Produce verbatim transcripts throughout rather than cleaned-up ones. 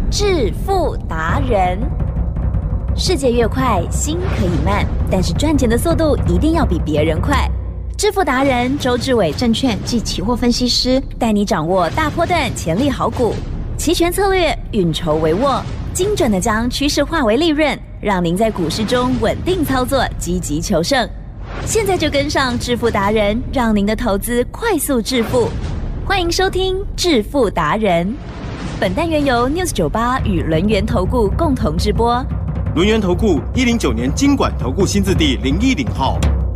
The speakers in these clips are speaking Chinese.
致富达人。世界越快，心可以慢，但是赚钱的速度一定要比别人快。致富达人周志伟证券及期货分析师带你掌握大波段潜力好股，期权策略运筹帷幄，精准的将趋势化为利润，让您在股市中稳定操作，积极求胜。现在就跟上致富达人，让您的投资快速致富。欢迎收听致富达人。本单元由 News 九十八与轮源投顾共同直播。 轮源投顾一零九年金管投顾新字第零一零号。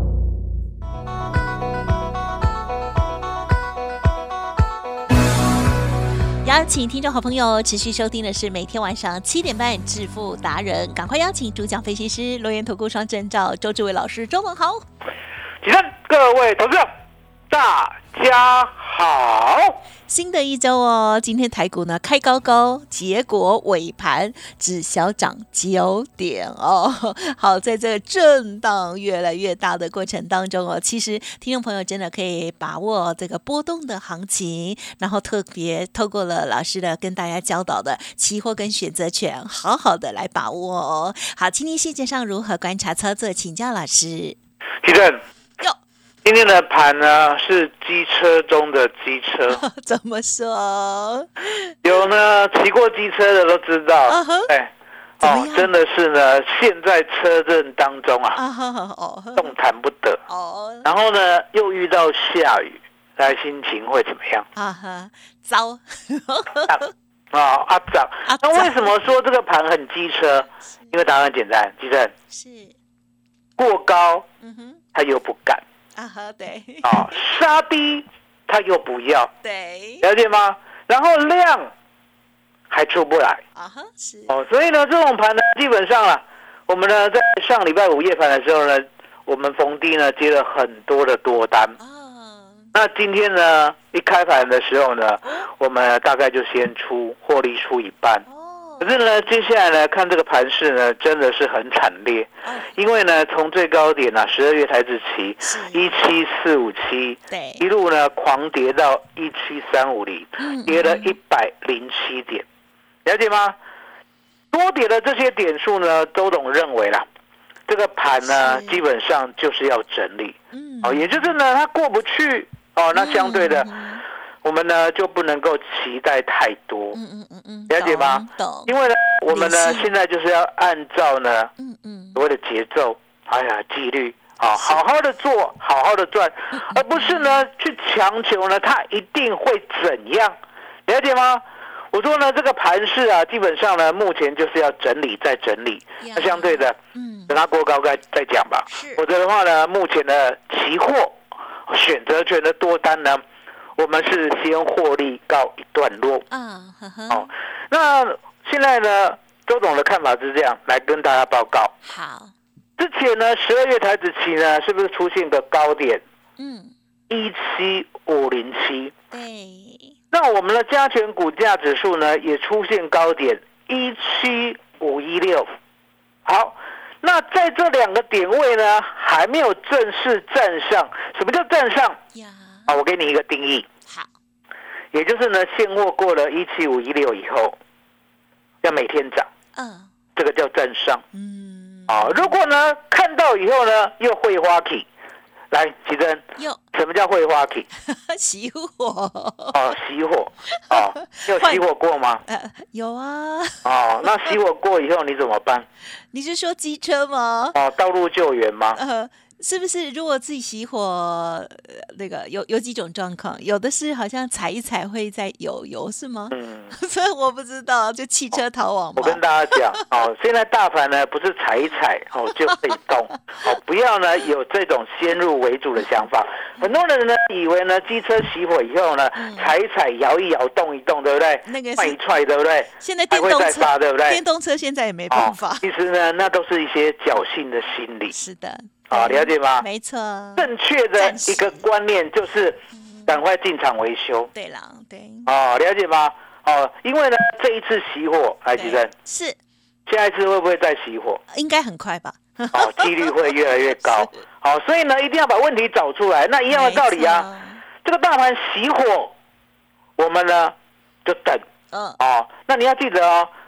邀请听众好朋友持续收听的是每天晚上七点半致富达人，赶快邀请主讲分析师轮源投顾双证照周志伟老师，周文豪。 起身，各位投资者，大家好。 新的一周哦，今天台股呢开高高，结果尾盘只小涨九点哦。好，在这个震荡越来越大的过程当中哦，其实听众朋友真的可以把握这个波动的行情，然后特别透过了老师的跟大家教导的期货跟选择权，好好的来把握哦。好，今天细节上如何观察操作，请教老师。 地震。今天的盘呢是机车中的机车， 怎么说？ 有呢骑过机车的都知道，哎、uh-huh. 哦，真的是呢，陷在车阵当中啊， uh-huh. oh. 动弹不得。哦、uh-huh. 然后呢，又遇到下雨，大家心情会怎么样？啊哈， 糟。 啊啊糟！那为什么说这个盘很机车？因为答案很简单，地震是过高，嗯哼，他又不敢。 啊哈，对， 哦，杀低他又不要， 对， 了解吗？然后量还出不来，啊哈，是哦，所以呢，这种盘呢，基本上啊，我们呢在上礼拜五夜盘的时候呢，我们逢低呢接了很多的多单，哦，那今天呢一开盘的时候呢，我们大概就先出获利出一半。可是呢，接下来呢，看这个盘势呢，真的是很惨烈，因为呢，从最高点啊，十二月台指期一七四五七，一路呢狂跌到一七三五零，跌了一百零七点，了解吗？多跌的这些点数呢，周董认为啦，这个盘呢，基本上就是要整理，哦，也就是呢，它过不去哦，那相对的。我们呢就不能够期待太多，嗯嗯嗯嗯，了解吗？懂。因为呢，我们呢现在就是要按照呢，嗯嗯，所谓的节奏，哎呀，纪律啊，好好的做，好好的赚，而不是呢去强求呢它一定会怎样，了解吗？我说呢，这个盘势啊，基本上呢，目前就是要整理再整理，那相对的，嗯，等它过高再再讲吧。否则的话呢，目前的期货选择权的多单呢。我们是先获利告一段落，嗯，哦，那现在呢，周董的看法是这样，来跟大家报告。好，之前呢，十二月台指期呢，是不是出现个高点？嗯，一七五零七。对。那我们的加权股价指数呢，也出现高点一七五一六。好，那在这两个点位呢，还没有正式站上。什么叫站上？呀。啊，我给你一个定义，好，也就是呢，现货过了一七五一六以后，要每天涨，嗯，这个叫站上，嗯，啊，如果呢看到以后呢又会花期，来，奇珍，什么叫会花期？ 熄火， 哦，熄火，哦，有熄火过吗？ 呃，有啊。 哦，那熄火过以后你怎么办？ 你是说机车吗？ 哦，道路救援吗？ 呃。是不是如果自己熄火，呃、那个有有几种状况？有的是好像踩一踩会再有油，是吗？嗯，所以我不知道，就汽车逃亡嘛。 我跟大家讲，哦，现在大盘呢不是踩一踩哦就可以动，哦，不要呢有这种先入为主的想法。很多人呢以为呢机车熄火以后呢，嗯、踩一踩、摇一摇、动一动，对不对？那个踹一踹，对不对？ 现在电动车，发对不对？电动车现在也没办法。 哦、其实呢，那都是一些侥幸的心理。 是的。 啊，了解吗？ 没错， 正确的一个观念就是赶快进场维修。 对了，对。 哦，了解吗？哦，因为呢，这一次熄火，来吉珍是， 下一次会不会再熄火？ 应该很快吧。 哦，几率会越来越高。好、哦，所以呢，一定要把问题找出来。那一样的道理啊，这个大盘熄火，我们呢就等。嗯。哦，那你要记得哦，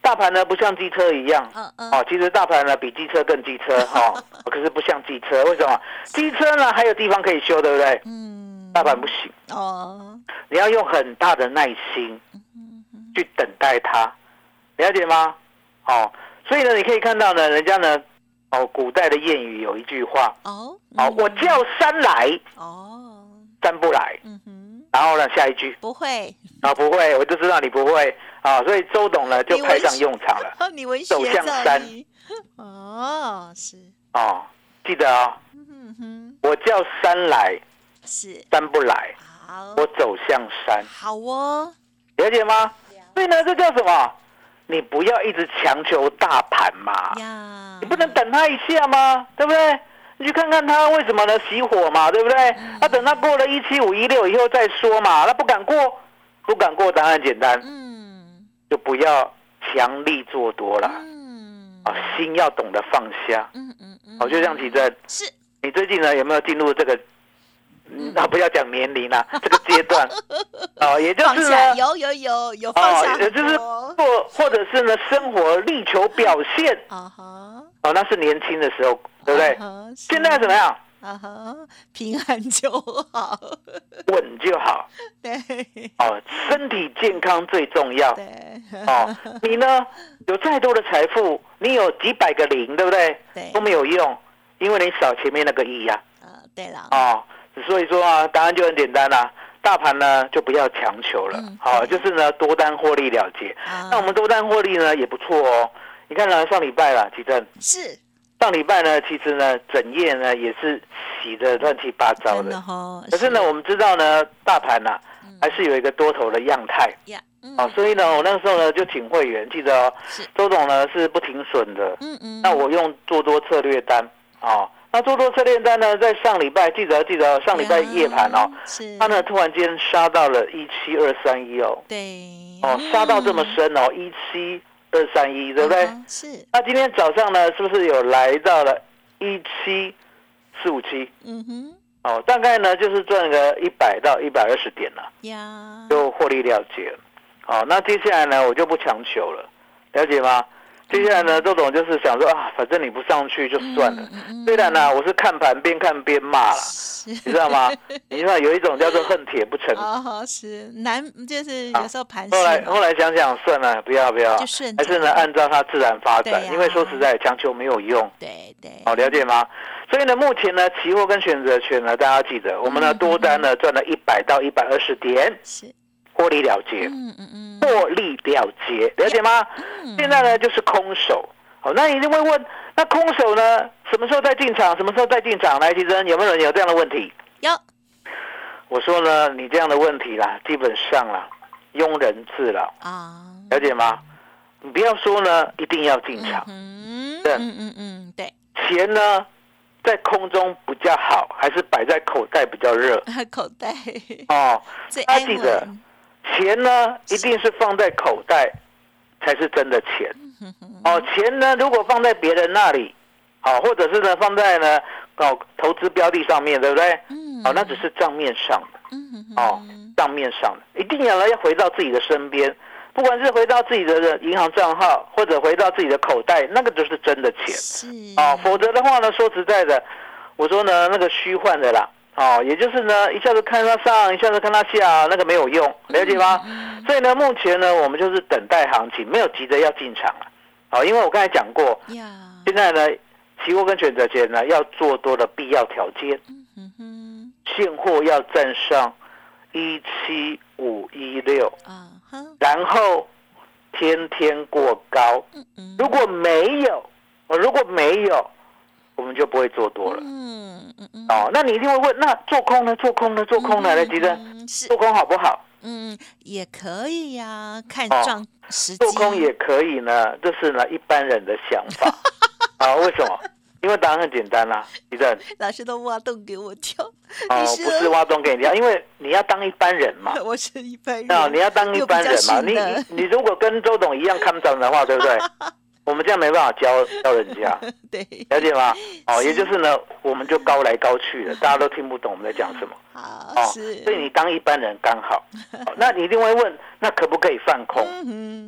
大盘呢不像机车一样， 嗯嗯哦，其实大盘呢比机车更机车哈、哦，可是不像机车，为什么？机车呢还有地方可以修，对不对？ 嗯， 大盘不行哦， 你要用很大的耐心去等待它，了解吗？哦，所以呢，你可以看到呢，人家呢，哦，古代的谚语有一句话， 哦， 哦，我叫山来， 哦， 山不来， 嗯哼， 然后呢，下一句不会， 啊，不会，我就知道你不会啊，所以周董呢就派上用场了， 你文学走向山， 哦，是， 哦，记得哦， 嗯哼， 我叫山来， 是， 山不来， 好， 我走向山， 好哦， 了解吗？所以呢，这叫什么？你不要一直强求大盘嘛， 呀， 你不能等它一下吗？对不对？你去看看它为什么呢？熄火嘛，对不对？那、嗯、等它过了一七五一六以后再说嘛。那不敢过，不敢过，答案简单，嗯，就不要强力做多了，嗯，啊，心要懂得放下，嗯嗯嗯，我、哦、就这样提振。 是， 你最近呢有没有进入这个？嗯、啊，不要讲年龄啦，这个阶段，哦，也就是呢， 有有有有放下， 哦，也就是或或者是呢，生活力求表现，啊哈，哦，那是年轻的时候，对不对？Uh-huh, 现在怎么样？ 啊哈，平安就好， 稳就好， 对， 哦，身体健康最重要， 对， 哦，你呢有再多的财富，你有几百个零，对不对？ 对， 都没有用，因为你少前面那个一呀， 啊，对了， 哦。所以说啊，答案就很简单啦、啊。大盘呢就不要强求了，好、嗯哦，就是呢多单获利了结。啊、那我们多单获利呢也不错哦。你看呢，上礼拜啦，奇正是上礼拜呢，其实呢整夜呢也是洗得乱七八糟的。 哦、 可是呢，我们知道呢，大盘呐、啊嗯、还是有一个多头的样态。嗯、哦，所以呢，我那个时候呢就请会员，记得哦，周董呢是不停损的。嗯嗯。那我用做多策略单啊。哦那做多策略单呢，在上礼拜记得记得上礼拜夜盘哦，它呢突然间杀到了一七二三一哦， 对， 哦杀到这么深哦，一七二三一对不对？ 嗯、是。 那今天早上呢，是不是有来到了一七四五七？嗯哼。哦，大概呢就是赚个一百到一百二十点了，呀，就获利了结了。哦，那接下来呢，我就不强求了，了解吗？接下来呢，周董就是想说啊，反正你不上去就算了。嗯嗯、虽然呢，我是看盘边看边骂了，你知道吗？你知道有一种叫做恨铁不成。 哦，是难，就是有时候盘、 啊。后来后来想想，算了，不要不要，还是呢按照它自然发展。啊、因为说实在，强求没有用。 对对。 好、哦，了解吗？所以呢，目前呢，期货跟选择权呢，大家记得，我们呢多单呢赚了一百到一百二十点。是。获利了结，嗯嗯嗯，获利了结，了解吗？嗯、现在呢就是空手，好，那你就会问，那空手呢什么时候再进场？什么时候再进场？来，其实有没有人有这样的问题？ 有。 我说呢，你这样的问题啦，基本上啦，庸人自扰啊，了解吗？你不要说呢，一定要进场， 嗯嗯嗯嗯，对， 钱呢在空中比较好，还是摆在口袋比较热？ 口袋哦，大家记得。钱呢，一定是放在口袋才是真的钱。哦，钱呢，如果放在别人那里，好、哦，或者是呢放在呢哦投资标的上面，对不对？嗯。哦，那只是账面上的。哦，账面上的，一定要呢要回到自己的身边，不管是回到自己的银行账号，或者回到自己的口袋，那个就是真的钱。是。哦，否则的话呢，说实在的，我说呢那个虚幻的啦。哦，也就是呢，一下子看它上，一下子看它下，那个没有用，了解吗？嗯嗯、所以呢，目前呢，我们就是等待行情，没有急着要进场了。好、哦，因为我刚才讲过，现在呢，期货跟选择权呢要做多的必要条件，嗯嗯、现货要站上一七五一六，然后天天过高。嗯嗯、如果没有，如果没有。我们就不会做多了。嗯嗯嗯。哦，那你一定会问，那做空呢？做空呢？做空呢？来，吉珍，做空好不好？ 嗯，也可以呀、啊，看账时机。 做空也可以呢，这是呢一般人的想法。啊，为什么？因为答案很简单啦、啊，吉珍。 老师都挖洞给我跳。 哦，不是挖洞给你跳，因为你要当一般人嘛。 我是一般人。 啊，你要当一般人嘛？你你你如果跟周董一样看涨的话，对不对？我们这样没办法教教人家， 对， 了解吗？哦，也就是呢，我们就高来高去的，大家都听不懂我们在讲什么。 好， 哦，所以你当一般人刚好。哦、那你一定会问，那可不可以放空？嗯、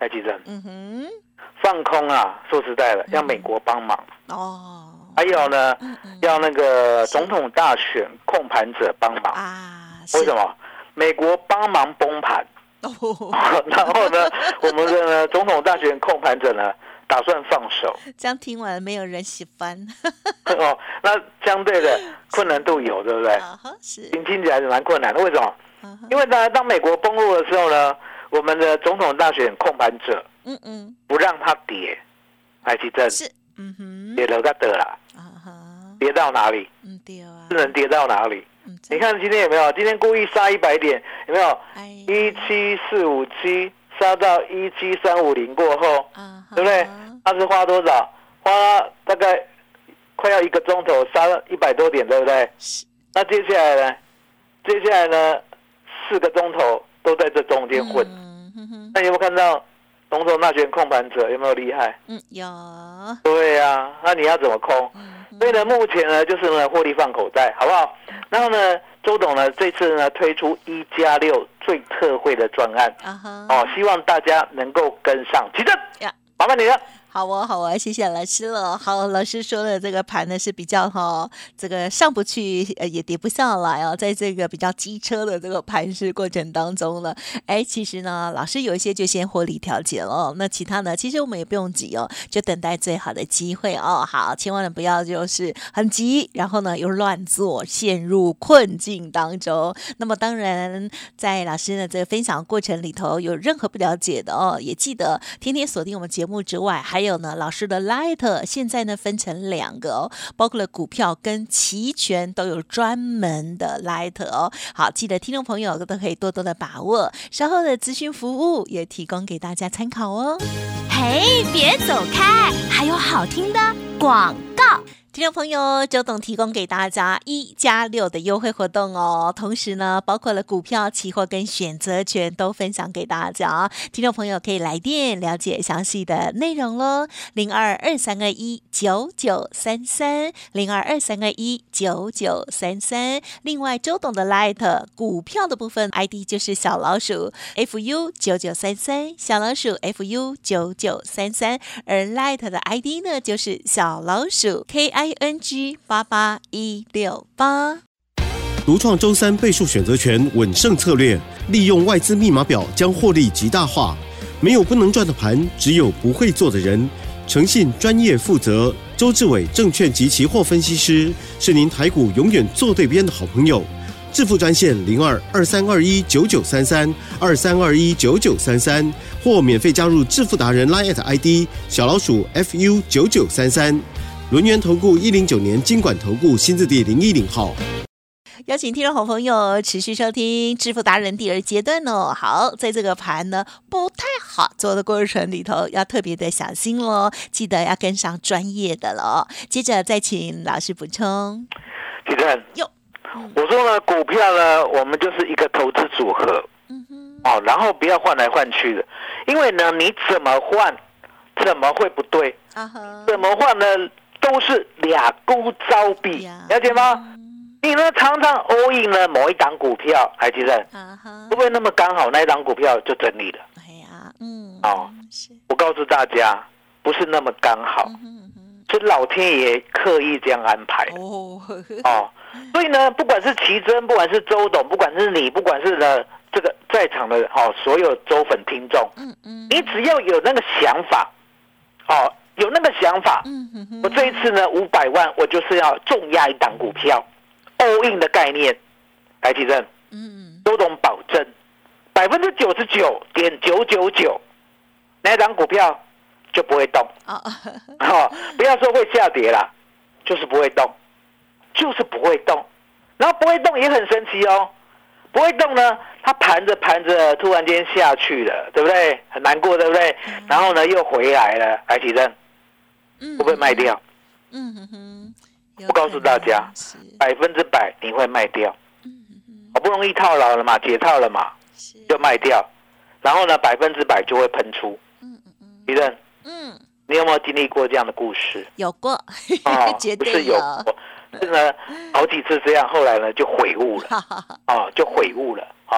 台积电， 嗯哼， 放空啊，说实在的，要美国帮忙哦， 还有呢， 嗯嗯要那个总统大选控盘者帮忙啊， 为什么？美国帮忙崩盘，哦、然后呢，我们的呢总统大选控盘者呢打算放手。 这样听完没有人喜欢哦，那相对的困难度有，对不对？ 啊、是， 听起来是蛮困难的。为什么？啊、因为当当美国崩落的时候呢，我们的总统大选控盘者，嗯嗯，不让它跌，台积电是，嗯哼，跌了个得了，啊哈，跌到哪里？嗯，跌啊，是能跌到哪里？嗯、你看今天有没有？今天故意杀一百点，有没有？一七四五七杀到一七三五零过后，啊、对不对？它是花多少？花大概快要一个钟头，杀了一百多点，对不对？那接下来呢？接下来呢？四个钟头都在这中间混。嗯、哼哼那你有没有看到总统大选控盘者有没有厉害？嗯，有。对啊，那你要怎么空？嗯、所以呢，目前呢就是呢获利放口袋，好不好？然后呢，周董呢这次呢推出一加六最特惠的专案，啊、哦，希望大家能够跟上。起正，麻烦你了。 好哦，好哦，谢谢老师了。好，老师说的这个盘呢是比较哈、哦，这个上不去，呃，也跌不下来哦，在这个比较机车的这个盘势过程当中呢，哎，其实呢，老师有一些就先获利调节了，那其他呢，其实我们也不用急哦，就等待最好的机会哦。好，千万不要就是很急，然后呢又乱做，陷入困境当中。那么当然，在老师的这个分享过程里头，有任何不了解的哦，也记得天天锁定我们节目之外，还还有呢，老师的 Light 现在呢分成两个哦，包括了股票跟期权都有专门的 Light 哦。好，记得听众朋友都可以多多的把握，稍后的咨询服务也提供给大家参考哦。 嘿，别走开，还有好听的广告。 听众朋友，周董提供给大家一加六的优惠活动哦，同时呢，包括了股票、期货跟选择权都分享给大家。听众朋友可以来电了解详细的内容咯，零二二三二一九九三三，零二二三二一九九三三。另外，周董的 Light 股票的部分 I D 就是小老鼠 F U 九九三三，小老鼠 F U 九九三三，而 Light 的 I D 呢就是小老鼠 K I I N G 八八一六八， 独创周三倍数选择权稳胜策略，利用外资密码表将获利极大化。没有不能赚的盘，只有不会做的人。诚信、专业、负责，周志伟证券及期货分析师是您台股永远坐对边的好朋友。致富专线零二二三二一九九三三二三二一九九三三，或免费加入致富达人 Line I D 小老鼠 F U 九九三三。轮源投顾一零九年金管投顾新字第零一零号， 邀请听众好朋友持续收听致富达人第二阶段哦。好，在这个盘呢不太好做的过程里头，要特别的小心咯，记得要跟上专业的了。接着再请老师补充。 其实哟，我说呢，股票呢，我们就是一个投资组合，嗯哼，哦，然后不要换来换去的，因为呢，你怎么换，怎么会不对？啊哈，怎么换呢？都是俩钩招臂，了解吗？你呢常常 all in 了某一档股票，还记得？会不会那么刚好那一档股票就整理了？哎呀，嗯，哦，我告诉大家，不是那么刚好，是老天爷刻意这样安排的。哦，哦，所以呢，不管是奇珍，不管是周董，不管是你，不管是呢这个在场的哦所有周粉听众，嗯嗯，你只要有那个想法，哦。有那个想法，我这一次呢五百万，我就是要重压一档股票 ，all in 的概念，来提振，嗯，周董保证百分之九十九点九九九，那一档股票就不会动，哦，不要说会下跌啦，就是不会动，就是不会动，然后不会动也很神奇哦，不会动呢，它盘着盘着突然间下去了，对不对？很难过，对不对？然后呢又回来了，来提振。会不会卖掉？嗯哼哼，我告诉大家，百分之百你会卖掉。嗯哼，好不容易套牢了嘛，解套了嘛，就卖掉，然后呢，百分之百就会喷出。嗯嗯嗯，李正，嗯，你有没有经历过这样的故事？ 有过， 哦，不是有过，是呢，好几次这样，后来呢就悔悟了，哦，就悔悟了，哦，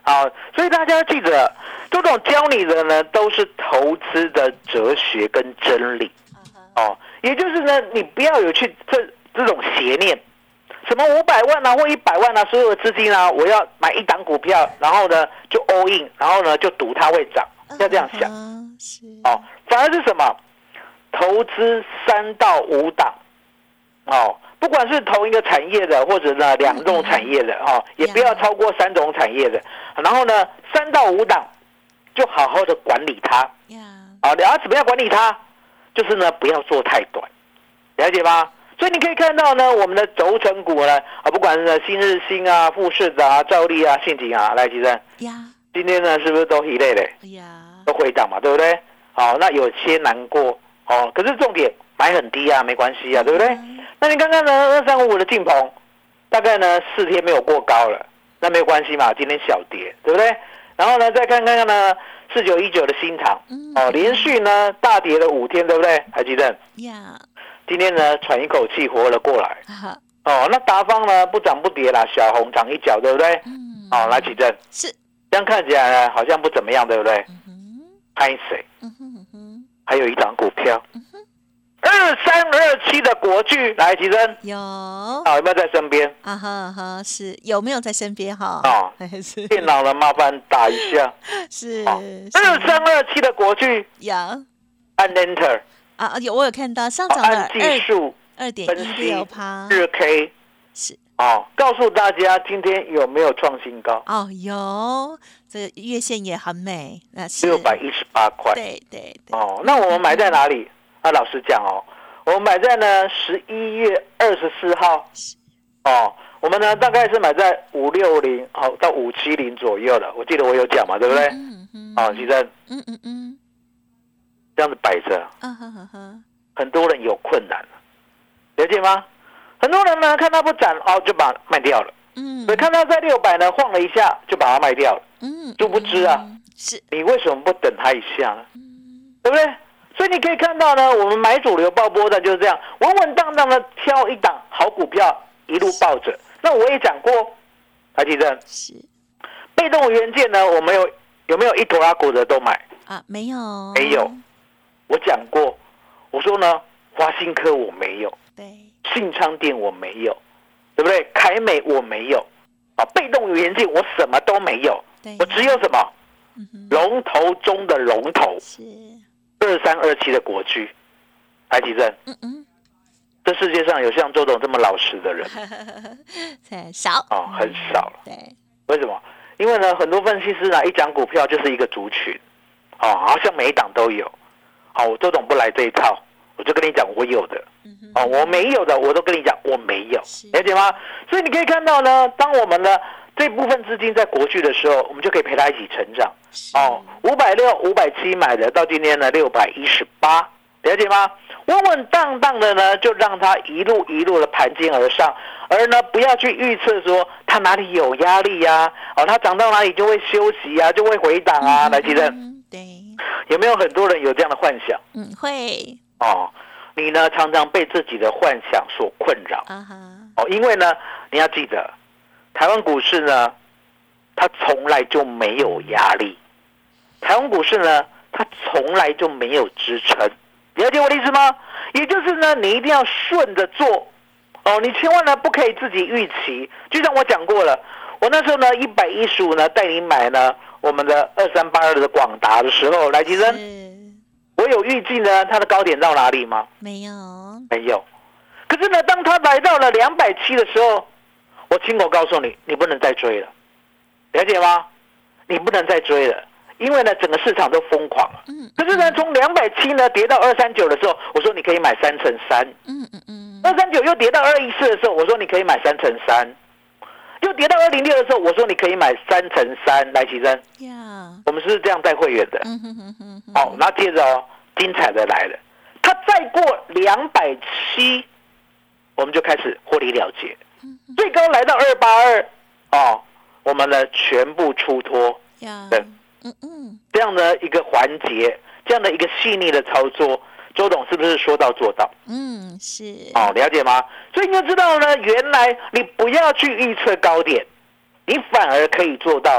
好，所以大家记得，周董教你的呢，都是投资的哲学跟真理。哦，也就是呢，你不要有去这这种邪念，什么五百万啊或一百万啊，所有的资金啊，我要买一档股票，然后呢就 all in， 然后呢就赌它会涨，要这样想。哦，反而是什么？投资三到五档，哦，不管是同一个产业的，或者呢两种产业的，哦，也不要超过三种产业的。然后呢，三到五档就好好的管理它。啊，你要怎么样管理它？就是呢，不要做太短，了解吗？所以你可以看到呢，我们的轴承股呢，啊，不管是呢新日兴啊、富士啊、兆利啊、信景啊，来，其实今天呢是不是都一类嘞？都回档嘛，对不对？好，那有些难过哦，可是重点买很低啊，没关系啊，对不对？嗯、那你看看呢，二三五五的晋鹏，大概呢四天没有过高了，那没有关系嘛，今天小跌，对不对？然后呢，再看看呢，四九一九的新唐，哦，连续呢大跌了五天，对不对？还记得？呀，今天呢喘一口气活了过来。哦，那达方呢不涨不跌啦，小红涨一角，对不对？嗯。哦，来举证。是。这样看起来呢好像不怎么样，对不对？嗯。拍谁？嗯哼。还有一档股票。嗯哼。二三二七的国巨，来举证。 有。 好，有没有在身边？ 啊哈哈，是有没有在身边哈？ 哦，电脑了，麻烦打一下。是。二三二七的国巨。有。按 Enter。 啊，有我有看到上涨了按技术二点一六趴， 日 K 是哦，告诉大家今天有没有创新高？ 哦，有，这个月线也很美，那是六百一十八块。 对对对。 哦，那我们买在哪里？啊，老实讲哦，我们买在呢十一月二十四号。哦，我们呢大概是买在五六零哦到五七零左右的，我记得我有讲嘛，对不对？嗯嗯。哦，其实嗯嗯嗯。这样子摆着，啊、呵呵呵很多人有困难，了解吗？很多人呢看它不涨，哦就把它卖掉了，嗯，所以看它在六百呢晃了一下就把它卖掉了，嗯，殊不知啊，嗯、是你为什么不等它一下呢？嗯、对不对？所以你可以看到呢，我们买主流爆波的就是这样，稳稳当当的挑一档好股票，一路抱着。那我也讲过，还记得？是被动元件呢，我们有有没有一坨拉股的都买啊？没有， 没有。我讲过，我说呢，华新科我没有，对，信昌电我没有，对不对？凯美我没有，啊，被动元件我什么都没有，我只有什么？嗯、龙头中的龙头，是二三二七的国巨，台积电。嗯嗯，这世界上有像周董这么老实的人， 很少哦，很少了。 对， 为什么？因为呢，很多分析师呢，一讲股票就是一个族群，哦，好像每一档都有。好，我周董不来这一套，我就跟你讲我有的，哦，我没有的，我都跟你讲我没有，了解吗？所以你可以看到呢，当我们呢这部分资金在国巨的时候，我们就可以陪他一起成长。哦，五百六、五百七买的，到今天呢六百一十八，了解吗？稳稳当当的呢，就让它一路一路的盘肩而上，而呢不要去预测说它哪里有压力呀、啊，哦，它涨到哪里就会休息啊，就会回档啊，来，其实对。有没有很多人有这样的幻想？ 嗯，会。 哦，你呢常常被自己的幻想所困扰。啊哈。哦，因为呢，你要记得，台湾股市呢，它从来就没有压力。台湾股市呢，它从来就没有支撑。了解我的意思吗？也就是呢，你一定要顺着做。哦，你千万呢不可以自己预期。就像我讲过了，我那时候呢一百一十五呢带你买呢。我们的二三八二的广达的时候，来吉生，我有预计呢，它的高点到哪里吗？ 没有， 没有。可是呢，当它来到了两百七的时候，我亲口告诉你，你不能再追了，了解吗？你不能再追了，因为呢，整个市场都疯狂了。嗯。可是呢，从两百七呢跌到二三九的时候，我说你可以买三乘三。嗯嗯嗯。二三九又跌到二一四的时候，我说你可以买三乘三。又跌到二零六的时候，我说你可以买三乘三来起身。Yeah. 我们是这样带会员的。嗯哼哼哼哼。好，那接着哦，精彩的来了，它再过两百七，我们就开始获利了结。嗯、最高来到二八二，哦，我们呢全部出脱。Yeah. 对，嗯嗯，这样的一个环节，这样的一个细腻的操作。周董是不是说到做到？ 嗯，是。 哦，了解吗？所以你就知道呢，原来你不要去预测高点，你反而可以做到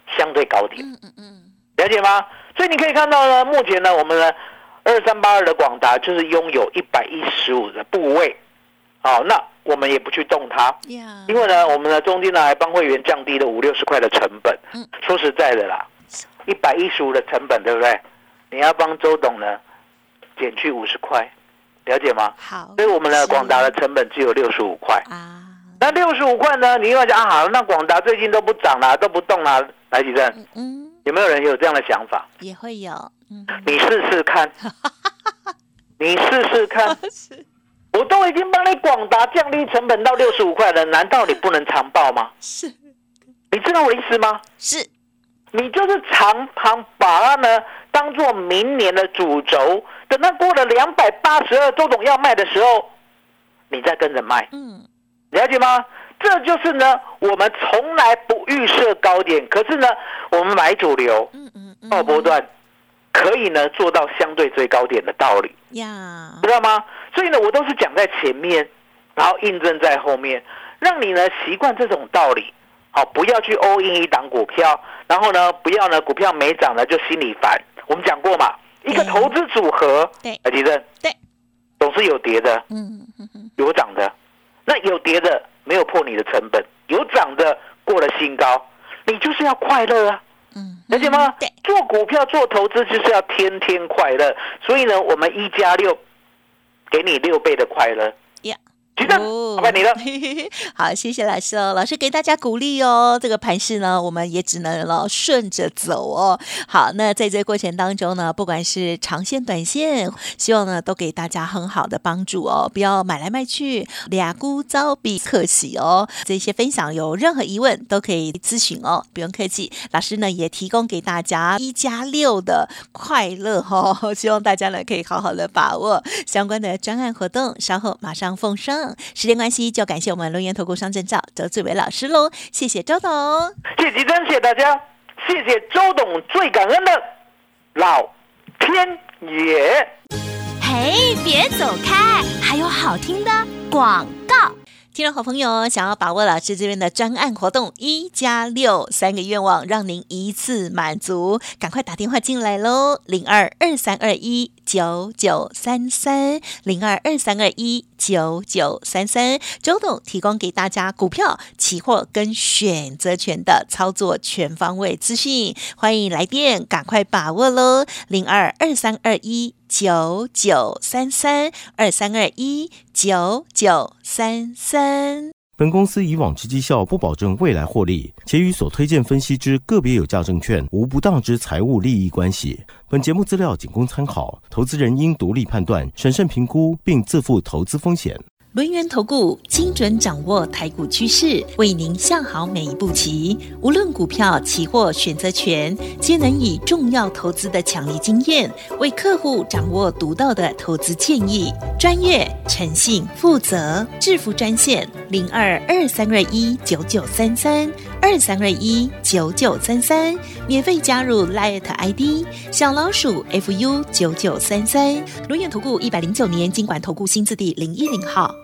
相对高点。 嗯嗯嗯， 了解吗？所以你可以看到呢，目前呢，我们呢二三八二的广达就是拥有一百一十五的部位，好，那我们也不去动它， yeah. 因为呢，我们呢中间呢还帮会员降低了五六十块的成本。嗯，说实在的啦，一百一十五的成本，对不对？你要帮周董呢减去五十块，了解吗？ 好， 所以我们的广达的成本只有六十五块啊。 那六十五块呢？你又讲啊，好，那广达最近都不涨啦，都不动啦，来几阵？嗯嗯，有没有人有这样的想法？ 也会有，嗯， 你试试看，你试试看。我都已经帮你广达降低成本到六十五块了，难道你不能长报吗？ 是， 你知道我的意思吗？ 是， 你就是长旁把它呢当做明年的主轴，等它过了两百八十二，周董要卖的时候，你再跟着卖。嗯。了解吗？这就是呢，我们从来不预设高点，可是呢，我们买主流，嗯嗯嗯，报波段可以呢做到相对最高点的道理呀， yeah. 知道吗？所以呢，我都是讲在前面，然后印证在后面，让你呢习惯这种道理，好，不要去 all in 一档股票，然后呢，不要呢股票没涨了就心里烦。我们讲过嘛，一个投资组合，对，来吉正，对，总是有跌的，嗯嗯嗯，有涨的。那有跌的没有破你的成本，有涨的过了新高，你就是要快乐啊，嗯，了解吗？对，做股票做投资就是要天天快乐，所以呢，我们一加六，给你六倍的快乐。Yeah. 哦， 拜你了。 好，谢谢老师哦，老师给大家鼓励哦。这个盘势呢，我们也只能了顺着走哦。好，那在这个过程当中呢，不管是长线、短线，希望呢都给大家很好的帮助哦。不要买来卖去，俩孤招比可惜哦。这些分享有任何疑问都可以咨询哦，不用客气。老师呢也提供给大家一加六的快乐哦，希望大家呢可以好好的把握相关的专案活动，稍后马上奉上。时间关系，就感谢我们龙岩投顾商证照周志伟老师喽，谢谢周董， 谢谢吉珍，谢谢大家，谢谢周董，最感恩的老天爷。 嘿，别走开，还有好听的广告。 听众好朋友，想要把握老师这边的专案活动一加六三个愿望，让您一次满足，赶快打电话进来喽，零二二三二一九九三三零二二三二一九九三三，周董提供给大家股票、期货跟选择权的操作全方位资讯，欢迎来电，赶快把握喽，零二二三二一九九三三二三二一九九三三。 本公司以往之绩效不保证未来获利，且与所推荐分析之个别有价证券无不当之财务利益关系。本节目资料仅供参考，投资人应独立判断、审慎评估，并自负投资风险。 轮源投顾精准掌握台股趋势，为您下好每一步棋。无论股票、期货、选择权，皆能以重要投资的强力经验，为客户掌握独到的投资建议。专业、诚信、负责，致富专线零二二三二一九九三三二三二一九九三三，免费加入 Line I D 小老鼠 F U 九九三三。轮源投顾一百零九年金管投顾新字第零一零号。